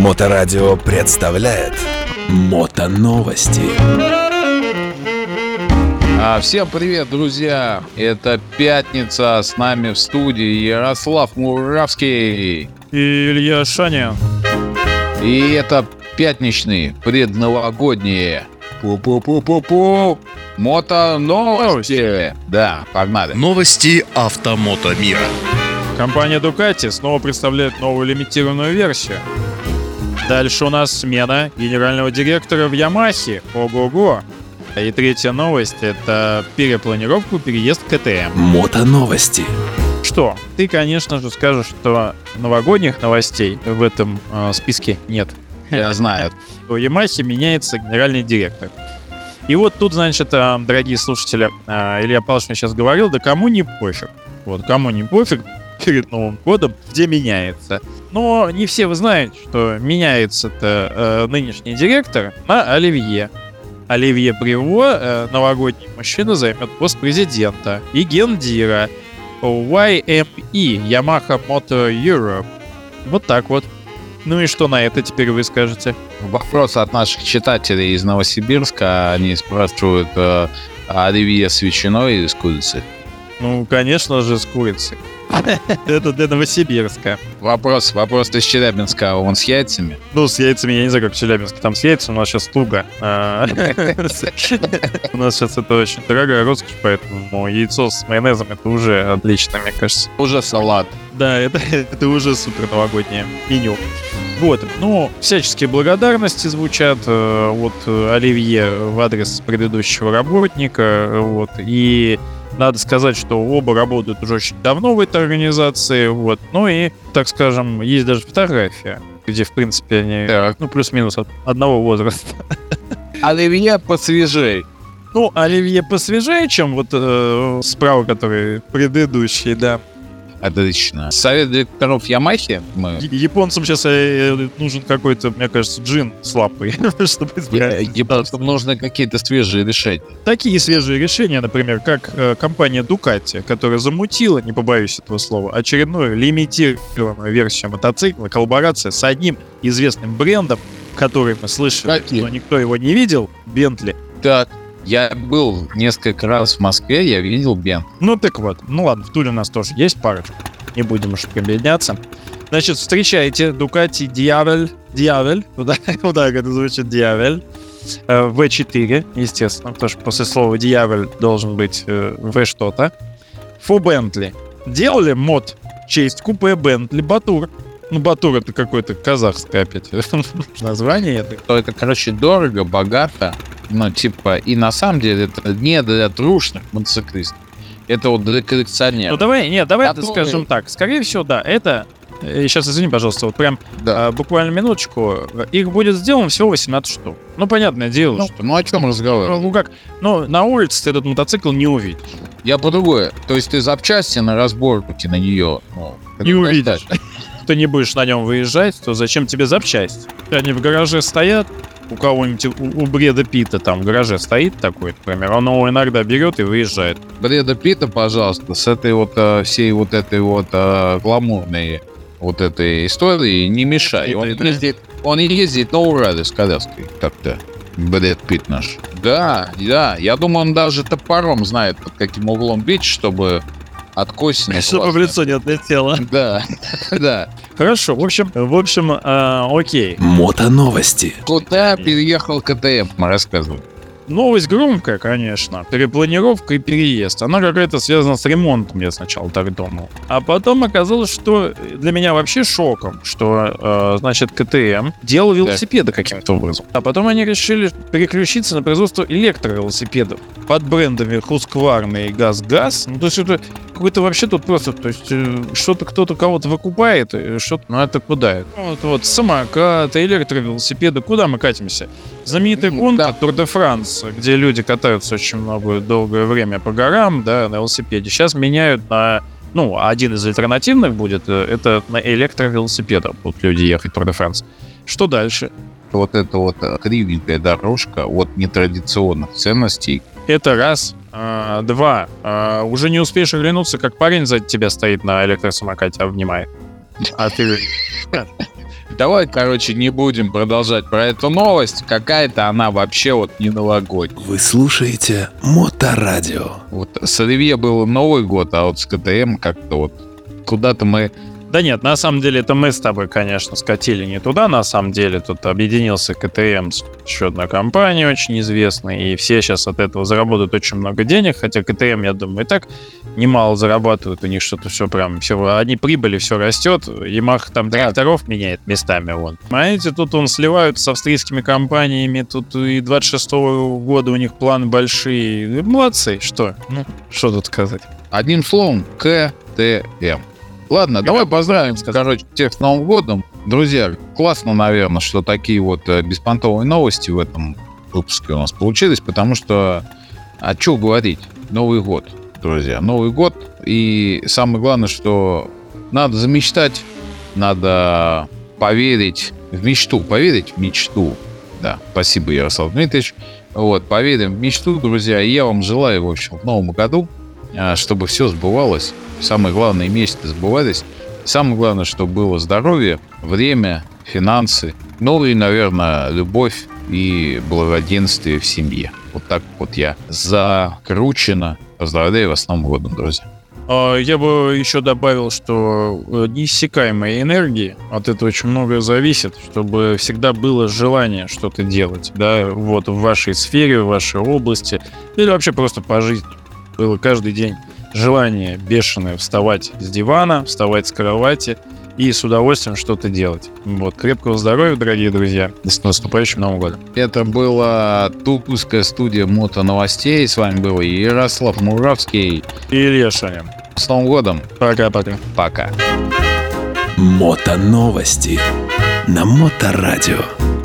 Моторадио представляет Мотоновости. Всем привет, друзья! Это пятница, с нами в студии Ярослав Муравский и Илья Шанин. И это пятничные предновогодние Мотоновости. Да, погнали. Новости автомото мира. Компания Ducati снова представляет новую лимитированную версию. Дальше у нас смена генерального директора в Ямахе. Ого-го! И третья новость — это переезд КТМ. Мотоновости. Что? Ты, конечно же, скажешь, что новогодних новостей в этом списке нет. Я знаю. У Ямахи меняется генеральный директор. И вот тут, значит, дорогие слушатели, Илья Павлович мне сейчас говорил, да кому не пофиг. Вот, кому не пофиг перед Новым годом, где меняется. Но не все вы знаете, что меняется-то нынешний директор на Оливье. Оливье Бриво, новогодний мужчина, займет пост президента и гендира YME, Yamaha Motor Europe. Вот так вот. Ну и что на это теперь вы скажете? Вопрос от наших читателей из Новосибирска. Они спрашивают, оливье с ветчиной или с курицей? Ну, конечно же, с курицей. Это для Новосибирска. Вопрос из Челябинска, он с яйцами? Ну, с яйцами, я не знаю, как в Челябинске. Там с яйцами у нас сейчас туго. У нас сейчас это очень дорогая роскошь, поэтому яйцо с майонезом — это уже отлично, мне кажется. Уже салат. Да, это уже супер новогоднее меню. Вот, ну, всяческие благодарности звучат от Оливье в адрес предыдущего работника, вот, и надо сказать, что оба работают уже очень давно в этой организации, вот, ну и, так скажем, есть даже фотография, где, в принципе, они, ну, плюс-минус от одного возраста. Оливье посвежей. Ну, Оливье посвежее, чем вот справа, который предыдущий, да. Отлично. Совет директоров Ямахи. Японцам сейчас нужен какой-то, мне кажется, джин с лапой, чтобы избавиться. Японцам нужны какие-то свежие решения. Такие свежие решения, например, как компания Ducati, которая замутила, не побоюсь этого слова, очередную лимитированную версию мотоцикла, коллаборация с одним известным брендом, который мы слышали, но никто его не видел, Bentley. Так. Я был несколько раз в Москве, я видел Бент. Ну так вот, ну ладно, в Туле у нас тоже есть парочка, не будем уж прибедняться. Значит, встречайте Ducati Diavel, куда это звучит Diavel, V4, естественно, потому что после слова Diavel должен быть V что-то. For Bentley. Делали мод в честь купе Bentley Batur. Ну, Батур — это какое-то казахское опять название. Это, короче, дорого, богато. Ну, типа, и на самом деле это не для трушных мотоциклистов. Это вот для коллекционеров. Ну, давай скажем так. Скорее всего, да, это... Сейчас, извини, пожалуйста, вот прям буквально минуточку. Их будет сделано всего 18 штук. Ну, понятное дело, что... Ну, о чем разговор? Ну, как? Ну, на улице ты этот мотоцикл не увидишь. Я по другое. То есть ты запчасти на разборку на нее... не увидишь. Ты не будешь на нем выезжать, то зачем тебе запчасти? Они в гараже стоят, у кого-нибудь, у Брэда Питта там в гараже стоит такой, например, он его иногда берет и выезжает. Брэда Питта, пожалуйста, с этой вот всей вот этой вот гламурной вот этой истории не мешай. Он ездит на Урале с коляской как-то. Брэд Питт наш. Да, я думаю, он даже топором знает, под каким углом бить, чтобы от кости. Чтобы в лицо не отлетело. Да. Хорошо, в общем, окей. Мотоновости. Куда переехал КТМ, рассказывай. Новость громкая, конечно. Перепланировка и переезд. Она какая-то связана с ремонтом, я сначала так думал. А потом оказалось, что для меня вообще шоком, что, значит, КТМ делал велосипеды каким-то образом. А потом они решили переключиться на производство электровелосипедов под брендами Husqvarna и ГАЗ-ГАЗ. Ну, то есть это какой-то вообще тут просто, то есть что-то кто-то кого-то выкупает, что-то, ну это куда? Вот самокаты, электровелосипеды, куда мы катимся? Знаменитый гонка Тур де Франс, где люди катаются очень долгое время по горам, да, на велосипеде. Сейчас меняют на, ну, один из альтернативных будет, это на электровелосипедах будут люди ехать Тур де Франс. Что дальше? Вот эта вот кривенькая дорожка от нетрадиционных ценностей. Это раз. Два. Уже не успеешь оглянуться, как парень за тебя стоит на электросамокате, обнимает. А ты Давай, короче, не будем продолжать про эту новость. Какая-то она вообще вот не новогодняя. Вы слушаете Моторадио. Вот с Оливье был Новый год, а вот с КТМ как-то вот куда-то мы... Да нет, на самом деле это мы с тобой, конечно, скатили не туда, на самом деле. Тут объединился КТМ с еще одной компанией очень известной, и все сейчас от этого заработают очень много денег, хотя КТМ, я думаю, и так немало зарабатывают, у них что-то все прям, все, одни прибыли, все растет, Ямаха там тракторов меняет местами, вон. Понимаете, тут он сливают с австрийскими компаниями, тут и 26-го года у них планы большие. Молодцы, что? Ну, что тут сказать? Одним словом, КТМ. Ладно, давай поздравим, короче, всех с Новым годом. Друзья, классно, наверное, что такие вот беспонтовые новости в этом выпуске у нас получились, потому что, а что говорить, Новый год, друзья, Новый год, и самое главное, что надо замечтать, надо поверить в мечту, поверить в мечту, да, спасибо, Ярослав Дмитриевич, вот, поверим в мечту, друзья, и я вам желаю, в общем, в Новом году, чтобы все сбывалось. Самое главное, мечты сбывались. Самое главное, чтобы было здоровье, время, финансы. Ну и, наверное, любовь и благоденствие в семье. Вот так вот я закручено поздравляю вас с Новым годом, друзья. Я бы еще добавил, что неиссякаемой энергии, от этого очень многое зависит, чтобы всегда было желание что-то делать, да, вот в вашей сфере, в вашей области, или вообще просто по жизни. Было каждый день желание бешеное вставать с дивана, вставать с кровати и с удовольствием что-то делать. Вот, крепкого здоровья, дорогие друзья, и с наступающим Новым годом. Это была Тулузская студия Мото-новостей. С вами был Ярослав Муравский. И Илья Шарин. С Новым годом. Пока-пока. Пока. Мото-новости на Моторадио.